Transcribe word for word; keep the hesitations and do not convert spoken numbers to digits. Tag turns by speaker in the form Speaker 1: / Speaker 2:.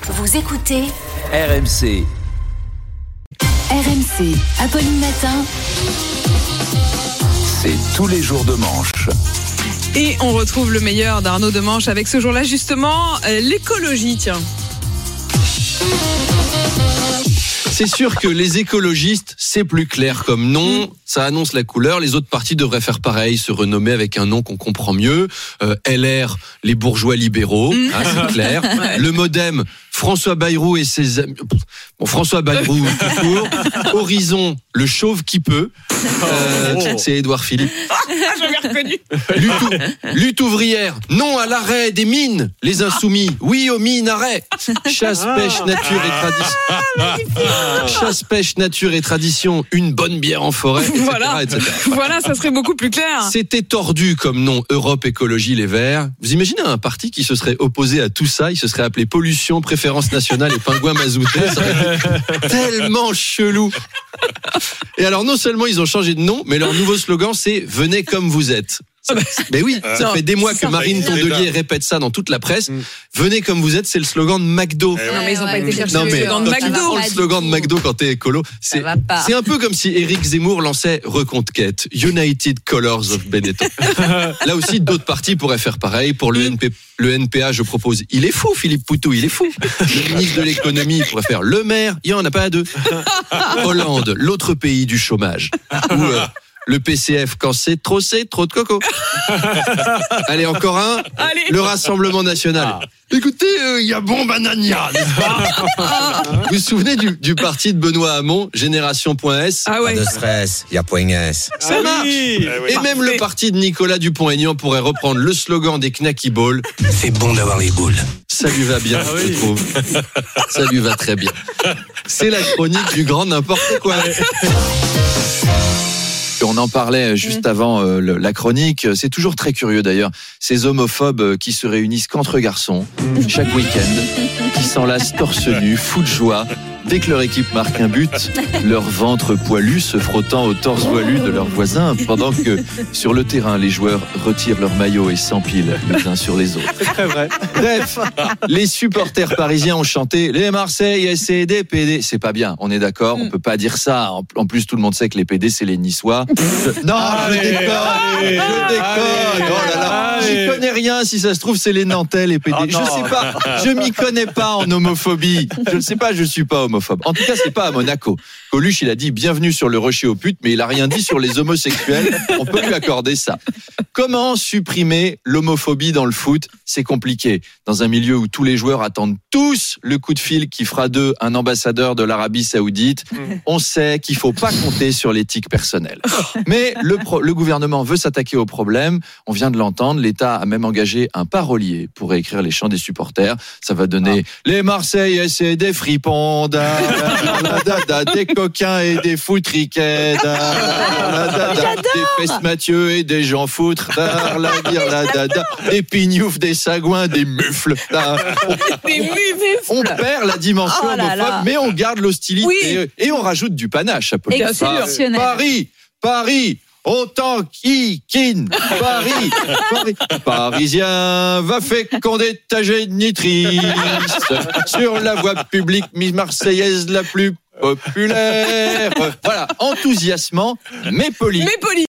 Speaker 1: Vous écoutez
Speaker 2: R M C.
Speaker 1: R M C, Apolline Matin.
Speaker 2: C'est tous les jours de manche.
Speaker 3: Et on retrouve le meilleur d'Arnaud Demanche avec ce jour-là justement, euh, l'écologie, tiens.
Speaker 4: C'est sûr que les écologistes, c'est plus clair comme nom, ça annonce la couleur. Les autres partis devraient faire pareil, se renommer avec un nom qu'on comprend mieux. Euh, L R, les bourgeois libéraux, mmh. hein, c'est clair. Ouais. Le Modem, François Bayrou et ses amis. Bon, François Bayrou, tout court. Horizon, le chauve qui peut. Euh, oh. C'est Édouard Philippe.
Speaker 3: J'avais reconnu.
Speaker 4: Lutte, lutte ouvrière, non à l'arrêt des mines. Les insoumis, oui aux mines, arrêt. Chasse, pêche, nature et tradition. Chasse, pêche, nature et tradition. Une bonne bière en forêt, et cetera,
Speaker 3: voilà.
Speaker 4: et cetera.
Speaker 3: Voilà, ça serait beaucoup plus clair.
Speaker 4: C'était tordu comme nom, Europe Écologie Les Verts. Vous imaginez un parti qui se serait opposé à tout ça? Il se serait appelé Pollution, Préférence Nationale et Pingouin Mazouté. Ça aurait été tellement chelou. Et alors, non seulement ils ont changé de nom, mais leur nouveau slogan, c'est « Venez comme vous êtes ». Ça, mais oui, ça non, fait des mois que Marine Tondelier répète ça dans toute la presse. Mm. Venez comme vous êtes, c'est le slogan de McDo.
Speaker 3: Non mais ils n'ont pas été chercher
Speaker 4: non,
Speaker 3: le slogan de
Speaker 4: McDo.
Speaker 3: McDo.
Speaker 4: Tu prends le slogan de McDo quand t'es écolo, c'est, c'est un peu comme si Éric Zemmour lançait Reconquête, United Colors of Benetton. Là aussi, d'autres partis pourraient faire pareil. Pour le, N P, le N P A, je propose, il est fou Philippe Poutou, il est fou. Le ministre de l'économie pourrait faire le maire, il n'y en a pas à deux. Hollande, l'autre pays du chômage. Ou, euh, le P C F, quand c'est trop, c'est trop de coco. Allez, encore un. Allez. Le Rassemblement National. Ah. Écoutez, il euh, y a bon banania, n'est-ce pas? Vous vous souvenez du, du parti de Benoît Hamon, Génération.S?
Speaker 3: Ah ouais.
Speaker 5: Pas de stress, il y a point S.
Speaker 4: Ça ah marche. Oui. Et même Parfait. Le parti de Nicolas Dupont-Aignan pourrait reprendre le slogan des Knacky Balls.
Speaker 5: C'est bon d'avoir les boules.
Speaker 4: Ça lui va bien, ah je oui. trouve. Ça lui va très bien. C'est la chronique du grand n'importe quoi. On en parlait juste avant euh, le, la chronique. C'est toujours très curieux d'ailleurs, ces homophobes qui se réunissent qu'entre garçons, chaque week-end, qui s'enlacent torse nu, fous de joie, dès que leur équipe marque un but, leur ventre poilu se frottant au torse voilu de leurs voisins, pendant que sur le terrain, les joueurs retirent leur maillot et s'empilent les uns sur les autres.
Speaker 6: C'est très vrai.
Speaker 4: Bref, les supporters parisiens ont chanté les Marseillais, c'est des P D. C'est pas bien, on est d'accord, on peut pas dire ça. En plus, tout le monde sait que les P D, c'est les Niçois. Je... Non, allez, je déconne, allez, je déconne. Oh là là, j'y connais rien. Si ça se trouve, c'est les Nantais, les P D. Oh, je sais pas, je m'y connais pas en homophobie. Je ne sais pas, je suis pas homophobe. En tout cas, c'est pas à Monaco. Coluche, il a dit bienvenue sur le rocher aux putes, mais il a rien dit sur les homosexuels. On peut lui accorder ça. Comment supprimer l'homophobie dans le foot? C'est compliqué. Dans un milieu où tous les joueurs attendent tous le coup de fil qui fera d'eux un ambassadeur de l'Arabie Saoudite, on sait qu'il faut pas compter sur l'éthique personnelle. Mais le, pro- le gouvernement veut s'attaquer au problème. On vient de l'entendre. L'État a même engagé un parolier pour réécrire les chants des supporters. Ça va donner ah. les Marseillais, c'est des fripons, da, da, da, da, des coquins et des foutriquets, da, da, da, des fesses Mathieu et des gens foutres, da, la, dire, la, da, da, des pignoufs, des sagouins, des mufles. Da. On, on perd la dimension oh homophobe, là. Mais on garde l'hostilité oui. et, et on rajoute du panache.
Speaker 1: Exceptionnel.
Speaker 4: Paris, Paris. Autant qui kin Paris, Paris, Parisien va féconder ta génitrice sur la voie publique marseillaise la plus populaire. Voilà, enthousiasmant mais poli.
Speaker 3: Mais poli.